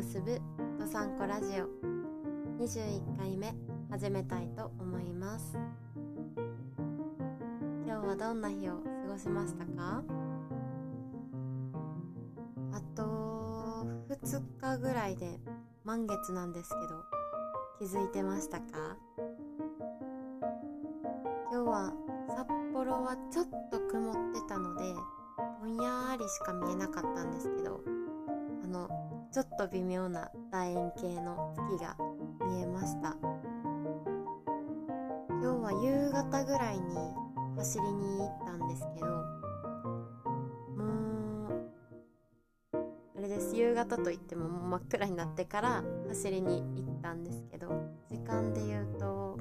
結ぶどさんこラジオ21回目始めたいと思います。今日はどんな日を過ごしましたか？あと2日ぐらいで満月なんですけど、気づいてましたか？今日は札幌はちょっと曇ってたのでぼんやりしか見えなかったんですけど、ちょっと微妙な楕円形の月が見えました。今日は夕方ぐらいに走りに行ったんですけど、もうあれです、夕方といってももう真っ暗になってから走りに行ったんですけど、時間で言うと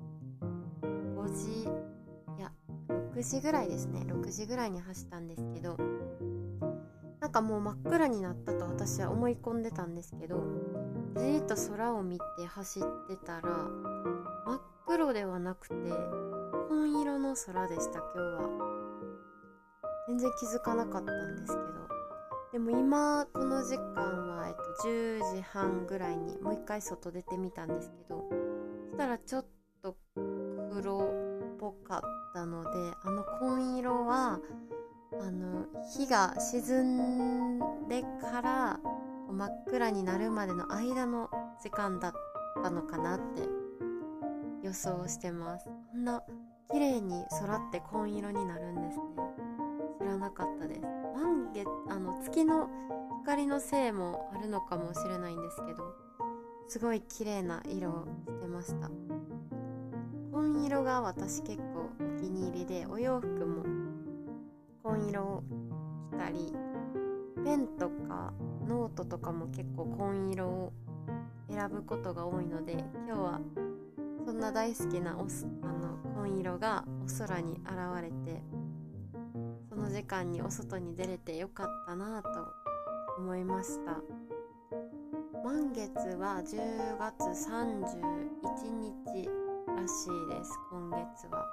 6時ぐらいですね。6時ぐらいに走ったんですけど、なんかもう真っ暗になったと私は思い込んでたんですけど、じーっと空を見て走ってたら真っ黒ではなくて紺色の空でした。今日は全然気づかなかったんですけど、でも今この時間は、10時半ぐらいにもう一回外出てみたんですけど、そしたらちょっと黒っぽかったので、紺色は日が沈んでから真っ暗になるまでの間の時間だったのかなって予想してます。こんな綺麗に空って紺色になるんですね。知らなかったです。月の光のせいもあるのかもしれないんですけど、すごい綺麗な色をしてました。紺色が私結構お気に入りで、お洋服も紺色を着たり、ペンとかノートとかも結構紺色を選ぶことが多いので、今日はそんな大好きな紺色がお空に現れて、その時間にお外に出れてよかったなと思いました。満月は10月31日らしいです。今月は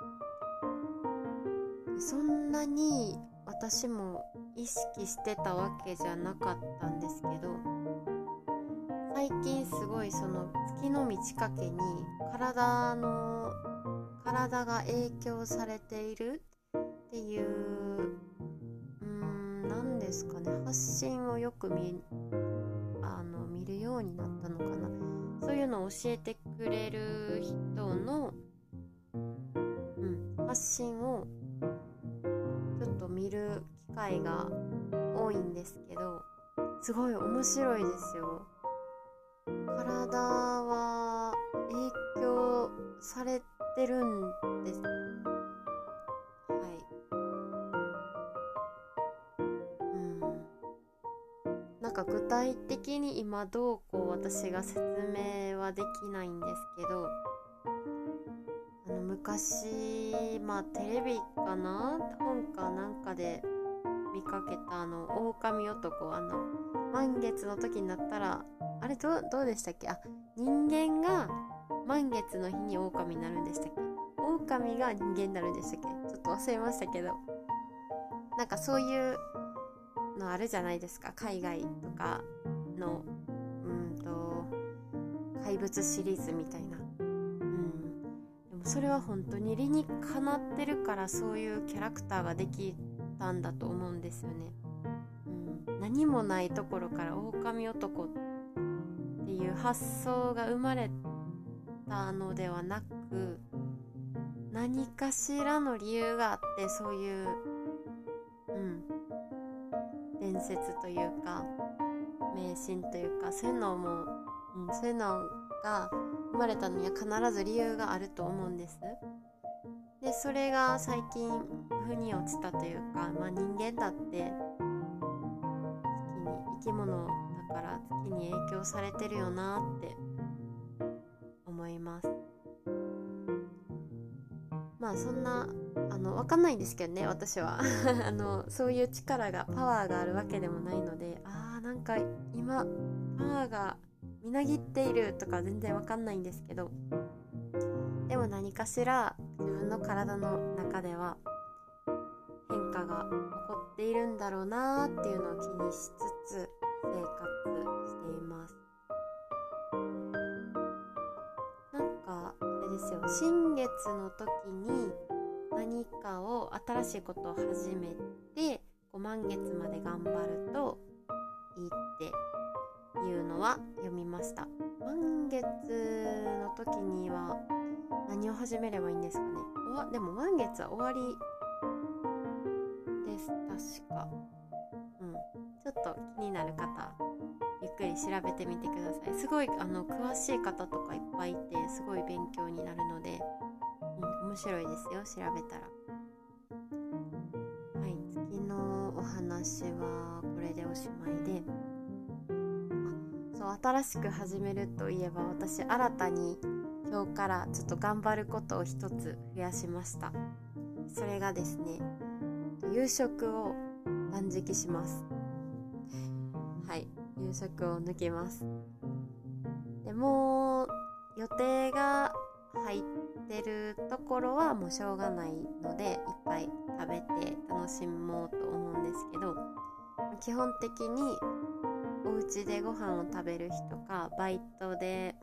そんなに私も意識してたわけじゃなかったんですけど、最近すごいその月の満ち欠けに体が影響されているっていう何ですかね、発信をよく見るようになったのかな。そういうのを教えてくれる人の、発信をちょっと見る機会が多いんですけど、すごい面白いですよ。体は影響されてるんです。なんか具体的に今どうこう私が説明はできないんですけど、昔テレビかな、本かなんかで見かけた狼男、満月の時になったらあれどうでしたっけ、人間が満月の日に狼になるんでしたっけ、狼が人間になるんでしたっけ、ちょっと忘れましたけど、なんかそういうのあるじゃないですか、海外とかの怪物シリーズみたいな。でもそれは本当に理にかなってるから、そういうキャラクターができたんだと思うんですよね。何もないところから狼男っていう発想が生まれたのではなく、何かしらの理由があって、そういう伝説というか迷信というか、そういうのが生まれたのには必ず理由があると思うんです。でそれが最近腑に落ちたというか、人間だって生き物だから月に影響されてるよなって思います。そんなわかんないんですけどね、私はそういう力がパワーがあるわけでもないので、なんか今パワーがみなぎっているとか全然わかんないんですけど、でも何かしら自分の体の中では変化が起こっているんだろうなっていうのを気にしつつ生活しています。 ですよ。新月の時に何かを新しいことを始めて満月まで頑張るといいっていうのは読みました。満月の時には何を始めればいいんですかね。でも満月は終わりです確か。ちょっと気になる方ゆっくり調べてみてください。すごい詳しい方とかいっぱいいてすごい勉強になるので、面白いですよ、調べたら。はい、次のお話はこれでおしまいで、新しく始めるといえば、私新たに今日からちょっと頑張ることを一つ増やしました。それがですね、夕食を断食します。はい、夕食を抜きます。でも予定が入ってるところはもうしょうがないので、いっぱい食べて楽しもうと思うんですけど、基本的にお家でご飯を食べる日とかバイトで、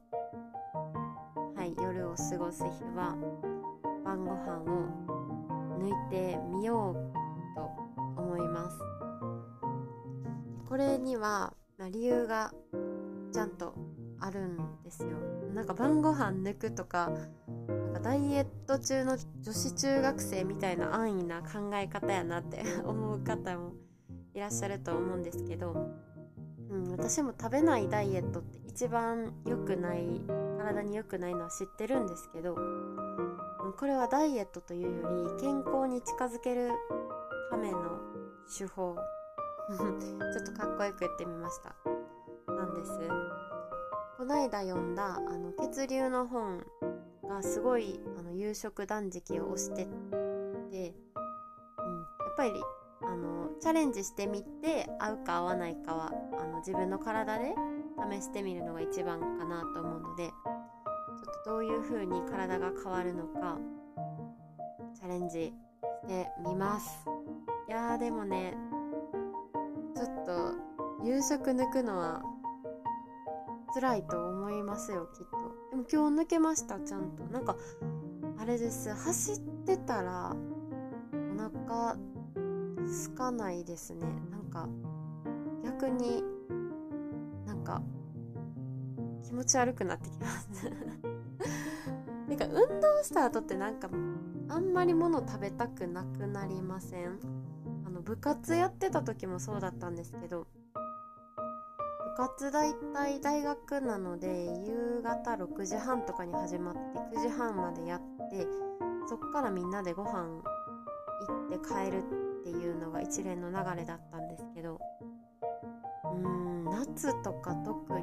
夜を過ごす日は晩ご飯を抜いてみようと思います。これには理由がちゃんとあるんですよ。なんか晩ご飯抜くとか、なんかダイエット中の女子中学生みたいな安易な考え方やなって思う方もいらっしゃると思うんですけど、私も食べないダイエットって一番良くない、体に良くないのは知ってるんですけど、これはダイエットというより健康に近づけるための手法ちょっとかっこよく言ってみましたなんです。この間読んだ血流の本がすごい夕食断食を推してて、やっぱりチャレンジしてみて合うか合わないかは自分の体で試してみるのが一番かなと思うので、ちょっとどういう風に体が変わるのかチャレンジしてみます。いやーでもね、ちょっと夕食抜くのは辛いと思いますよ、きっと。でも今日抜けました、ちゃんと。なんかあれです、走ってたらお腹空かないですね。なんか逆になんか気持ち悪くなってきますなんか運動した後ってなんかあんまり物食べたくなくなりません？部活やってた時もそうだったんですけど、部活だいたい大学なので夕方6時半とかに始まって9時半までやって、そっからみんなでご飯行って帰るっていうのが一連の流れだったんですけど、夏とか特に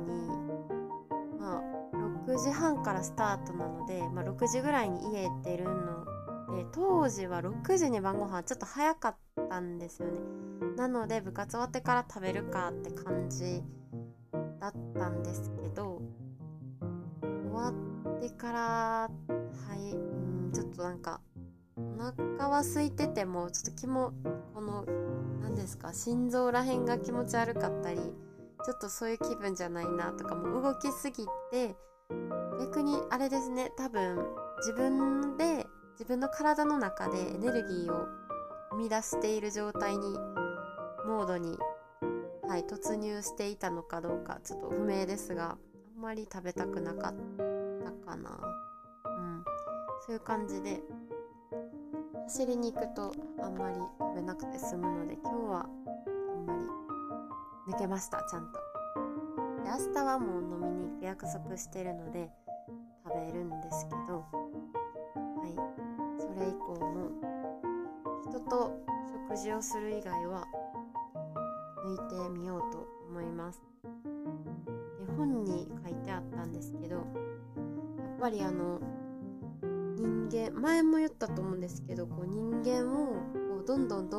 6時半からスタートなので、6時ぐらいに家出るので、当時は6時に晩ご飯ちょっと早かったんですよね。なので部活終わってから食べるかって感じだったんですけど、終わってからちょっとなんかお腹は空いててもちょっとこの何ですか、心臓らへんが気持ち悪かったり、ちょっとそういう気分じゃないなとか、もう動きすぎて逆にあれですね、多分自分の体の中でエネルギーを生み出しているモードに、突入していたのかどうかちょっと不明ですが、あんまり食べたくなかったかな。そういう感じで走りに行くとあんまり食べなくて済むので、今日はあんまり抜けました、ちゃんと。で、明日はもう飲みに行く約束してるので食べるんですけど、それ以降も人と食事をする以外は抜いてみようと思います。で、本に書いてあったんですけど、やっぱり人間、前も言ったと思うんですけど、人間をどんどん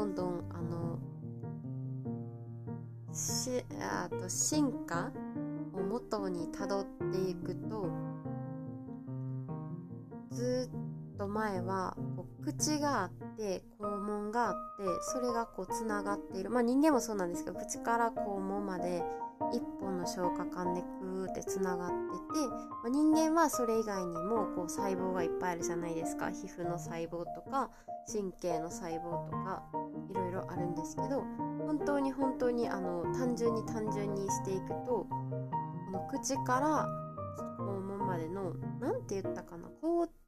進化を元にたどっていくと、ずっと前は口があって肛門があって、それがこうつながっている。人間もそうなんですけど、口から肛門まで一本の消化管でクーってつながってて、人間はそれ以外にもこう細胞がいっぱいあるじゃないですか。皮膚の細胞とか神経の細胞とかいろいろあるんですけど、本当に単純にしていくと、この口から肛門までのなんて言ったかな、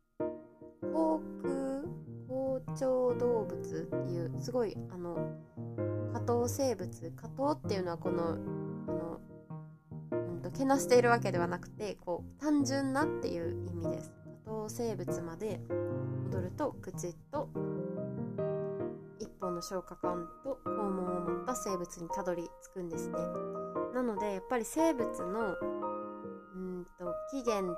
甲長動物っていうすごい下等生物、下等っていうのはこのけなしているわけではなくて、こう単純なっていう意味です。下等生物まで戻ると、口と一本の消化管と肛門を持った生物にたどり着くんですね。なのでやっぱり生物の起源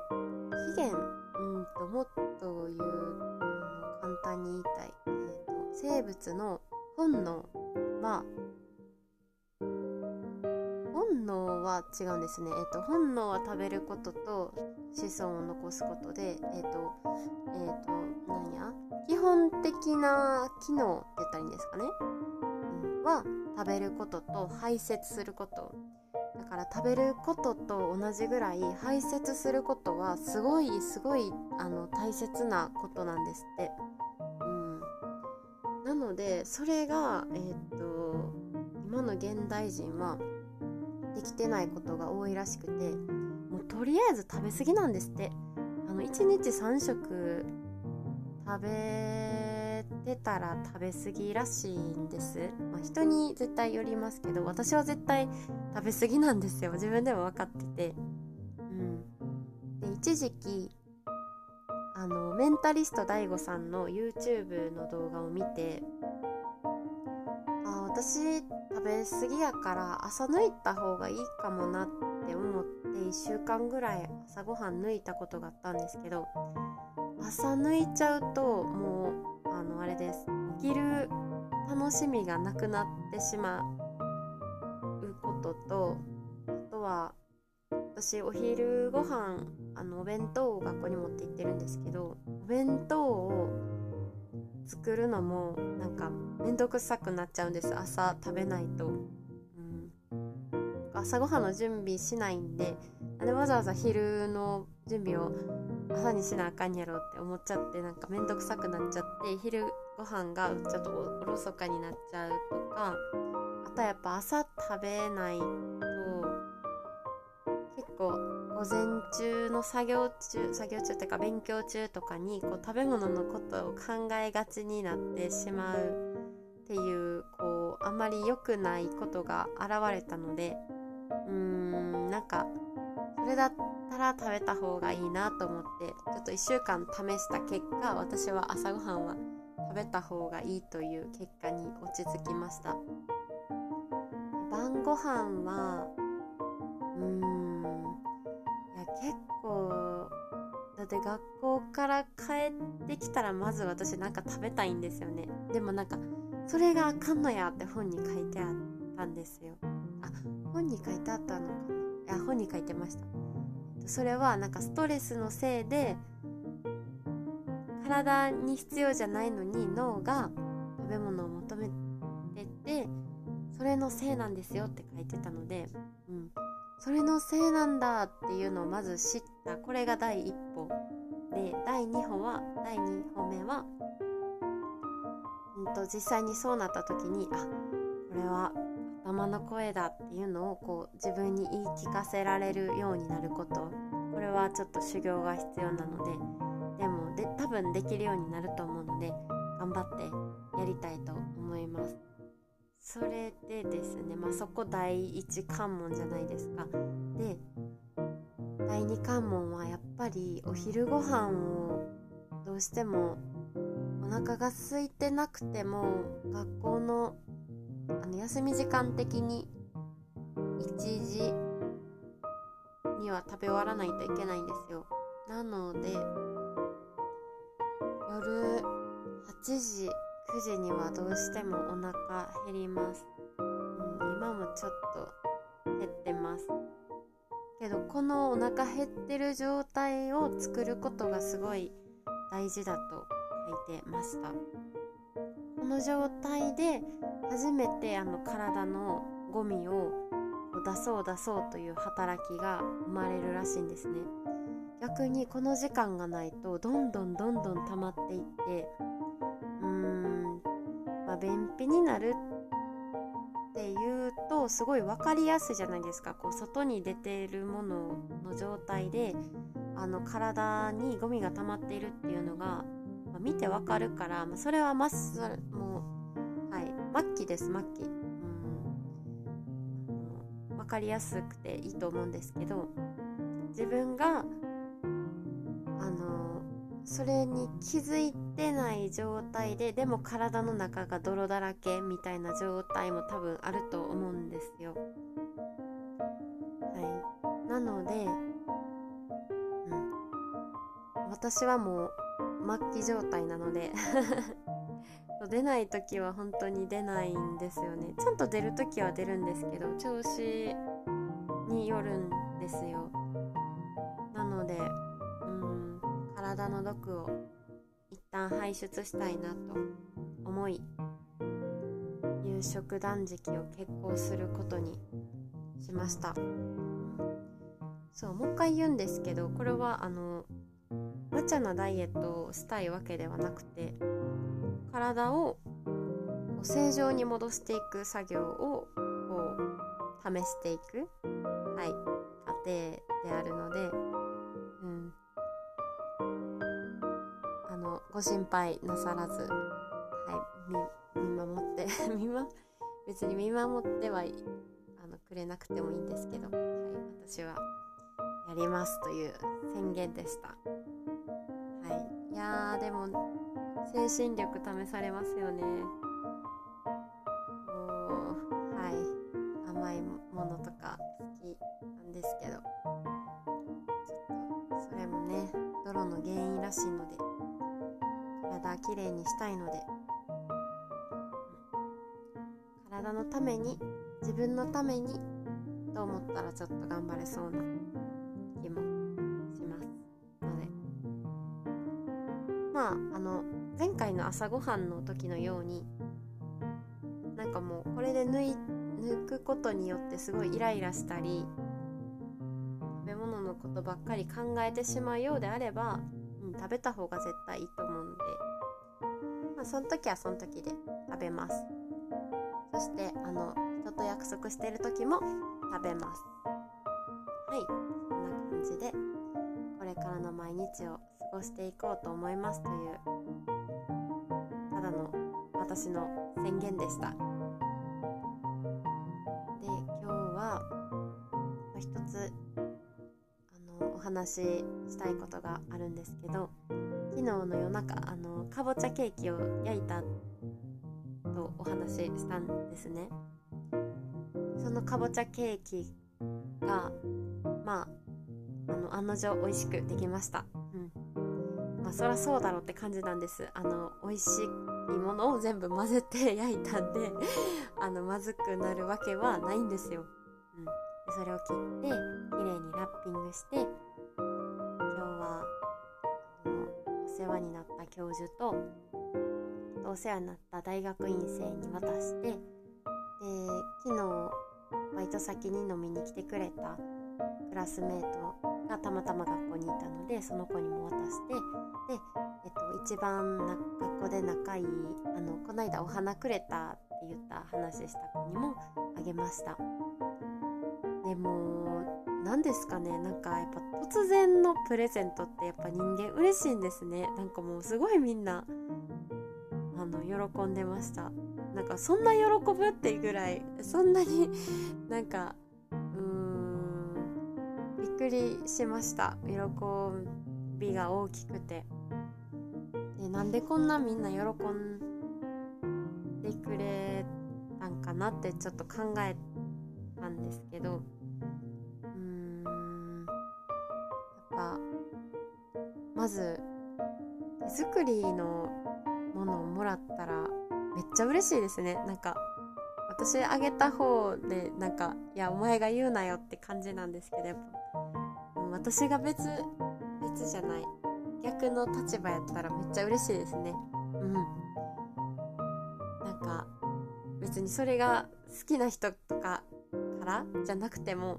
もっと言う簡単に言いたい、生物の本能は違うんですね。本能は食べることと子孫を残すことで、基本的な機能って言ったらいいんですかね、は食べることと排泄すること。だから食べることと同じぐらい排泄することはすごい大切なことなんですって。なのでそれが今の現代人はできてないことが多いらしくて、もうとりあえず食べ過ぎなんですって。1日3食食べてたら食べ過ぎらしいんです。人に絶対よりますけど、私は絶対食べ過ぎなんですよ。自分でも分かってて、で一時期メンタリスト DAIGO さんの YouTube の動画を見て、私食べ過ぎやから朝抜いた方がいいかもなって思って1週間ぐらい朝ごはん抜いたことがあったんですけど、朝抜いちゃうともうあれです、起きる楽しみがなくなってしまうことと、あとは私お昼ご飯お弁当を学校に持って行ってるんですけど、お弁当を作るのもなんかめんどくさくなっちゃうんです、朝食べないと。朝ごはんの準備しないんで、わざわざ昼の準備を朝にしなあかんやろって思っちゃって、なんかめんどくさくなっちゃって昼ご飯がちょっとおろそかになっちゃうとか、あとやっぱ朝食べないと結構午前中の作業中っていうか勉強中とかにこう食べ物のことを考えがちになってしまうっていう、こうあまり良くないことが現れたので、なんかそれだったら食べた方がいいなと思って、ちょっと1週間試した結果、私は朝ごはんは食べた方がいいという結果に落ち着きました。晩ご飯はいや結構だって学校から帰ってきたらまず私なんか食べたいんですよね。でもなんかそれがあかんのやって本に書いてあったんですよ。本に書いてあったのかな。本に書いてました。それはなんかストレスのせいで体に必要じゃないのに脳が食べ物を求めてて、それのせいなんですよって書いてたので、それのせいなんだっていうのをまず知った。これが第一歩で、第2歩目は実際にそうなった時に、これは頭の声だっていうのをこう自分に言い聞かせられるようになること、これはちょっと修行が必要なので、多分できるようになると思うので頑張ってやりたいと思います。それでですね、そこ第一関門じゃないですか。で第二関門はやっぱりお昼ご飯をどうしてもお腹が空いてなくても学校の休み時間的に1時には食べ終わらないといけないんですよ。なので夜8時9時にはどうしてもお腹減ります。今もちょっと減ってますけど、このお腹減ってる状態を作ることがすごい大事だと書いてました。この状態で初めて体のゴミを出そうという働きが生まれるらしいんですね。逆にこの時間がないとどんどん溜まっていって、便秘になるっていうとすごい分かりやすいじゃないですか。こう外に出ているものの状態で体にゴミが溜まっているっていうのが、見て分かるから、それはもう、末期です。分かりやすくていいと思うんですけど、自分がそれに気づいてない状態ででも体の中が泥だらけみたいな状態も多分あると思うんですよ。なので、私はもう末期状態なので出ない時は本当に出ないんですよね。ちゃんと出る時は出るんですけど、調子によるんですよ。なので体の毒を一旦排出したいなと思い、夕食断食を決行することにしました。もう一回言うんですけど、これは無茶なダイエットをしたいわけではなくて、体を正常に戻していく作業を試していく、過程であるので、ご心配なさらず、見守って別に見守ってはくれなくてもいいんですけど、私はやりますという宣言でした。いやーでも精神力試されますよね。甘いものとか好きなんですけど、ちょっとそれもね泥の原因らしいので、体きれいにしたいので、体のために、自分のためにと思ったらちょっと頑張れそうな気もしますので、前回の朝ごはんの時のようにもうこれで抜くことによってすごいイライラしたり、食べ物のことばっかり考えてしまうようであれば、食べた方が絶対いいと思うんで、その時はその時で食べます。そして人と約束してる時も食べます。こんな感じでこれからの毎日を過ごしていこうと思いますという、ただの私の宣言でした。で、今日は一つお話ししたいことがあるんですけど、昨日の夜中かぼちゃケーキを焼いたとお話ししたんですね。そのかぼちゃケーキが案の定美味しくできました。そりゃそうだろうって感じなんです。美味しいものを全部混ぜて焼いたんでまずくなるわけはないんですよ。でそれを切ってきれいにラッピングして、今日はお世話になった教授とお世話になった大学院生に渡して、で昨日バイト先に飲みに来てくれたクラスメートがたまたま学校にいたので、その子にも渡して、で、一番学校で仲いいこの間お花くれたって言った話した子にもあげました。でも何ですかね、やっぱ突然のプレゼントってやっぱ人間嬉しいんですね。もうすごいみんな喜んでました。そんな喜ぶっていうぐらい、そんなにびっくりしました。喜びが大きくて、でなんでこんなみんな喜んでくれたんかなってちょっと考えたんですけど、やっぱまず手作りのものをもらったらめっちゃ嬉しいですね。私あげた方でいやお前が言うなよって感じなんですけど、やっぱ私が別じゃない、 逆の立場やったらめっちゃ嬉しいですね。なんか別にそれが好きな人とかからじゃなくても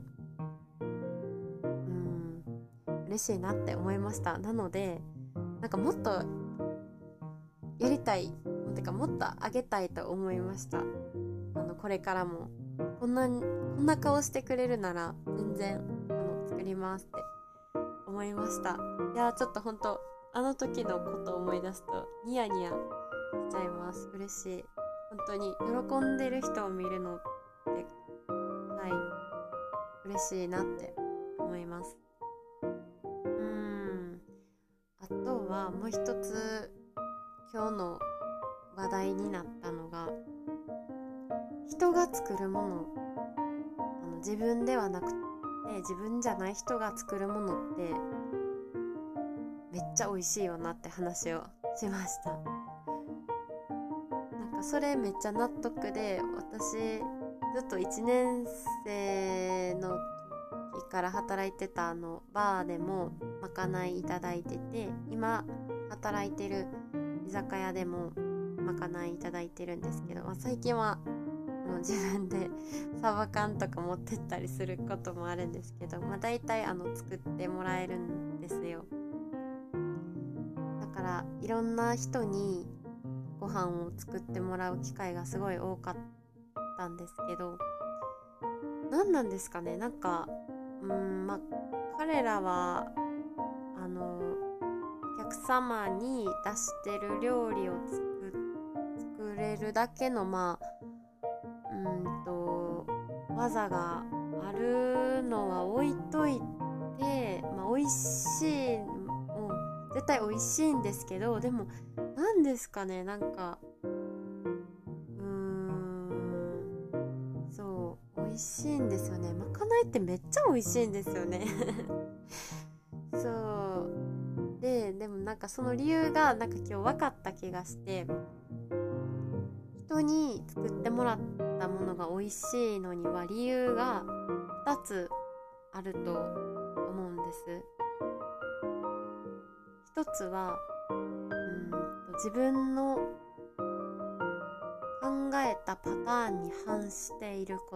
嬉しいなって思いました。なのでなんかもっとやりたいてかもっとあげたいと思いました。これからもこんな顔してくれるなら全然作りますって思いました。いやちょっと本当あの時のことを思い出すとニヤニヤしちゃいます。嬉しい。本当に喜んでる人を見るのって嬉しいなって思います。あとはもう一つ今日の話題になったのが、人が作るもの、自分ではなくて自分じゃない人が作るものってめっちゃ美味しいよなって話をしました。なんかそれめっちゃ納得で、私ずっと1年生の時から働いてたバーでもまかないいただいてて、今働いてる居酒屋でもまかないいただいてるんですけど、最近は自分でサバ缶とか持ってったりすることもあるんですけど、大体作ってもらえるんですよ。だからいろんな人にご飯を作ってもらう機会がすごい多かったんですけど、何なんですかね、なんか彼らはお客様に出してる料理を作れるだけの技があるのは置いといて、美味しい、絶対美味しいんですけど、でも何ですかね、なんかそう美味しいんですよね。まかないってめっちゃ美味しいんですよねそうでもなんかその理由がなんか今日分かった気がして、人に作ってもらったものが美味しいのには理由が2つあると思うんです。一つは自分の考えたパターンに反していること、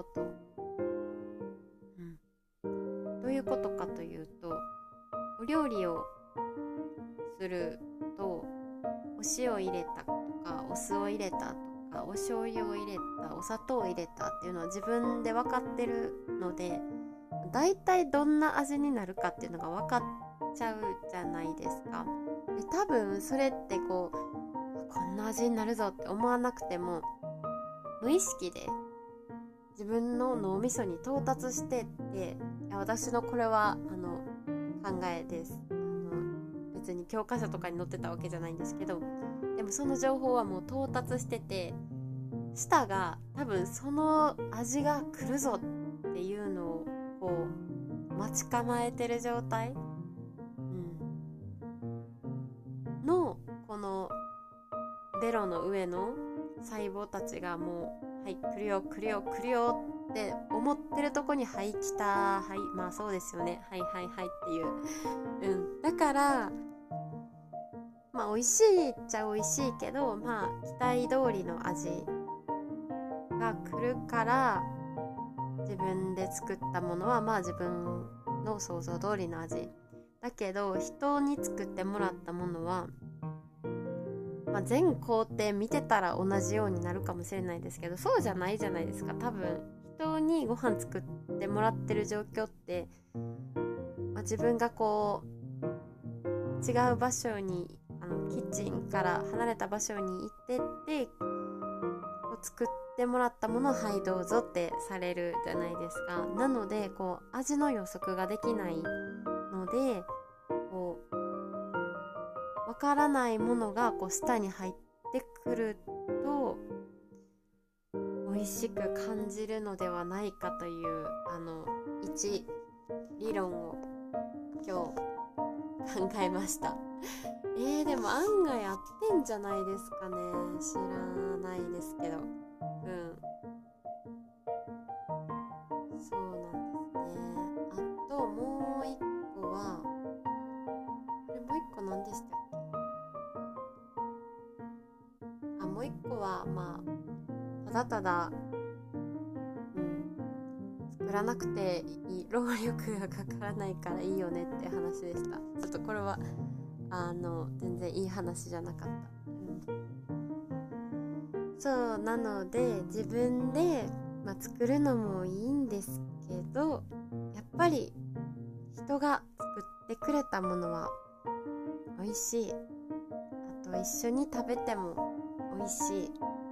どういうことかというと、お料理をするとお塩入れたとかお酢を入れたとかお醤油を入れたお砂糖を入れたっていうのは自分で分かってるので、だいたいどんな味になるかっていうのが分かっちゃうじゃないですか。で多分それってこんな味になるぞって思わなくても、無意識で自分の脳みそに到達してって、私のこれは考えです。別に教科書とかに載ってたわけじゃないんですけど、でもその情報はもう到達してて、舌が多分その味が来るぞっていうのをこう待ち構えてる状態、のこのベロの上の細胞たちがもうはい来るよ来るよ来るよって思ってるとこにはい来た、はいそうですよね、はいはいはいっていう、だから美味しいっちゃ美味しいけど、期待通りの味が来るから自分で作ったものは自分の想像通りの味だけど、人に作ってもらったものは全工程見てたら同じようになるかもしれないですけど、そうじゃないじゃないですか。多分人にご飯作ってもらってる状況って、自分がこう違う場所にキッチンから離れた場所に行ってってこう作ってもらったものをはいどうぞってされるじゃないですか。なのでこう味の予測ができないので、こうわからないものがこう舌に入ってくると美味しく感じるのではないかという一理論を今日考えました。でも案外合ってんじゃないですかね。知らないですけど。そうなんですね。あともう一個は、もう一個何でしたっけ。もう一個はただただ、作らなくていい、労力がかからないからいいよねって話でした。ちょっとこれは全然いい話じゃなかった、そうなので自分で、作るのもいいんですけど、やっぱり人が作ってくれたものは美味しい。あと一緒に食べても美味しい。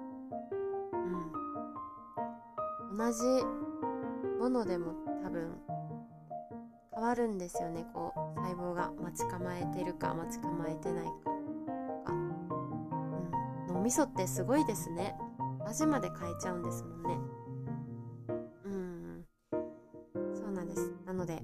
同じものでも多分変わるんですよね。こう細胞が待ち構えてるか待ち構えてないかとか、脳みそってすごいですね。味まで変えちゃうんですもんね。そうなんです。なので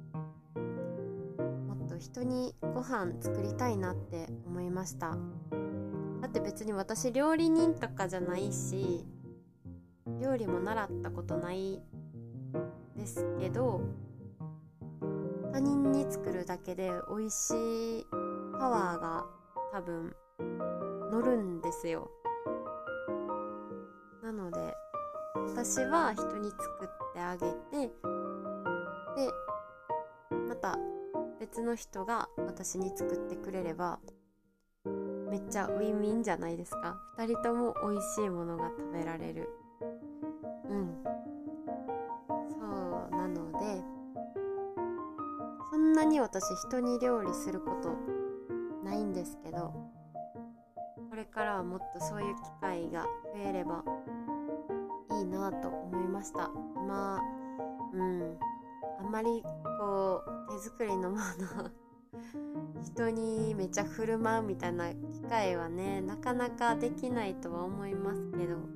もっと人にご飯作りたいなって思いました。だって別に私料理人とかじゃないし、料理も習ったことないですけど、他人に作るだけで美味しいパワーが多分乗るんですよ。なので私は人に作ってあげて、でまた別の人が私に作ってくれればめっちゃウィンウィンじゃないですか。2人とも美味しいものが食べられる。そうなので、そんなに私人に料理することないんですけど、これからはもっとそういう機会が増えればいいなと思いました。今あんまりこう手作りのもの人にめちゃ振る舞うみたいな機会はね、なかなかできないとは思いますけど、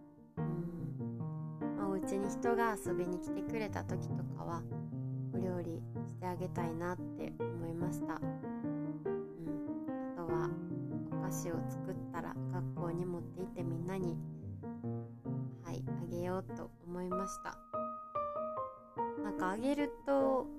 お家に人が遊びに来てくれた時とかはお料理してあげたいなって思いました。あとはお菓子を作ったら学校に持って行ってみんなにあげようと思いました。なんかあげると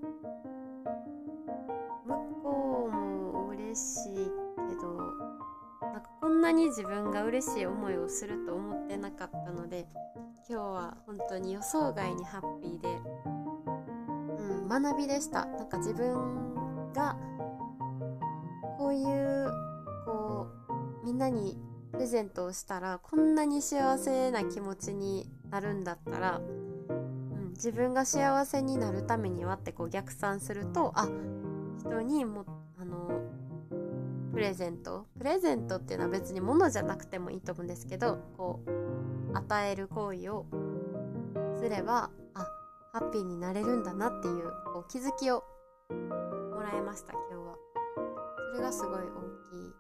向こうも嬉しいけど、なんかこんなに自分が嬉しい思いをすると思ってなかったので、今日は本当に予想外にハッピーで、学びでした。なんか自分がこういうみんなにプレゼントをしたらこんなに幸せな気持ちになるんだったら、自分が幸せになるためにはって逆算すると、人にもプレゼントっていうのは別に物じゃなくてもいいと思うんですけど、与える行為をすればハッピーになれるんだなっていう、気づきをもらいました。今日はそれがすごい大きい。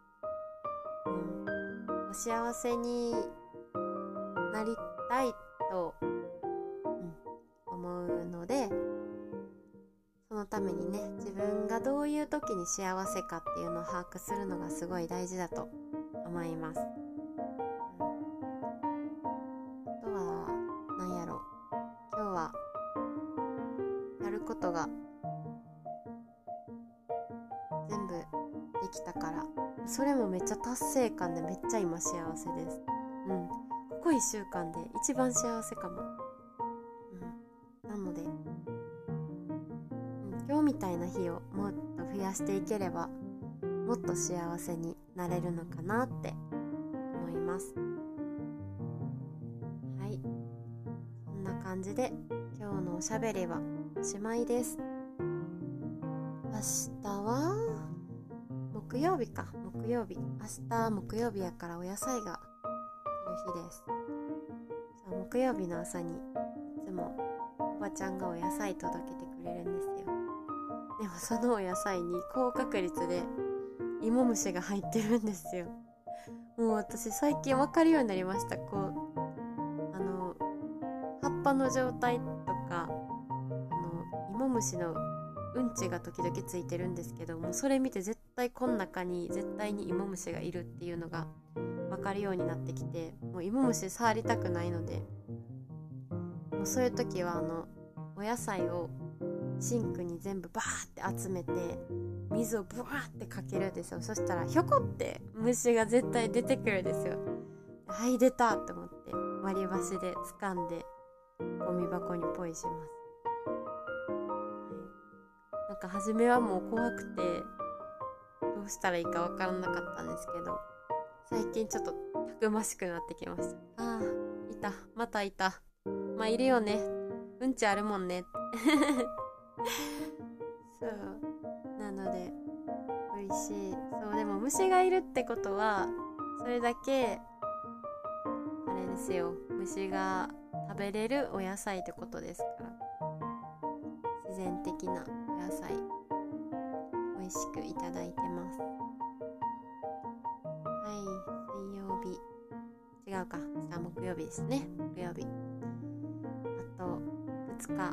幸せになりたいと、思うので、そのためにね、自分がどういう時に幸せかっていうのを把握するのがすごい大事だと思います。あとは今日はやることが全部できたから、それもめっちゃ達成感でめっちゃ今幸せです。ここ1週間で一番幸せかも。なので、今日みたいな日をもっと増やしていければもっと幸せになれるのかなって思います。こんな感じで今日のおしゃべりはおしまいです。明日は木曜日。明日木曜日やからお野菜が来る日です。木曜日の朝にいつもおばちゃんがお野菜届けてくれるんですよ。でもそのお野菜に高確率で芋虫が入ってるんですよ。もう私最近分かるようになりました。葉っぱの状態とか芋虫のうんちが時々ついてるんですけども、それ見て絶対この中に絶対に芋虫がいるっていうのが分かるようになってきて、もう芋虫触りたくないので、もうそういう時はお野菜をシンクに全部バーって集めて水をブワーってかけるんですよ。そしたらひょこって虫が絶対出てくるんですよ。はい出たと思って割り箸で掴んでゴミ箱にポイします。なんか初めはもう怖くてどうしたらいいかわからなかったんですけど、最近ちょっとたくましくなってきました。あーいた、またいた、まあいるよね、うんちあるもんねそうなので美味しい。そうでも虫がいるってことはそれだけあれですよ、虫が食べれるお野菜ってことですから、自然的なお野菜美味しくいただいてます。はい、水曜日違うか、明日木曜日ですね。木曜日あと2日、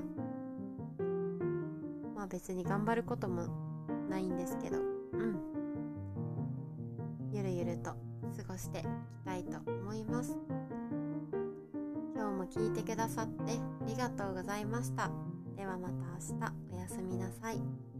まあ別に頑張ることもないんですけど、ゆるゆると過ごしていきたいと思います。今日も聞いてくださってありがとうございました。ではまた明日、おやすみなさい。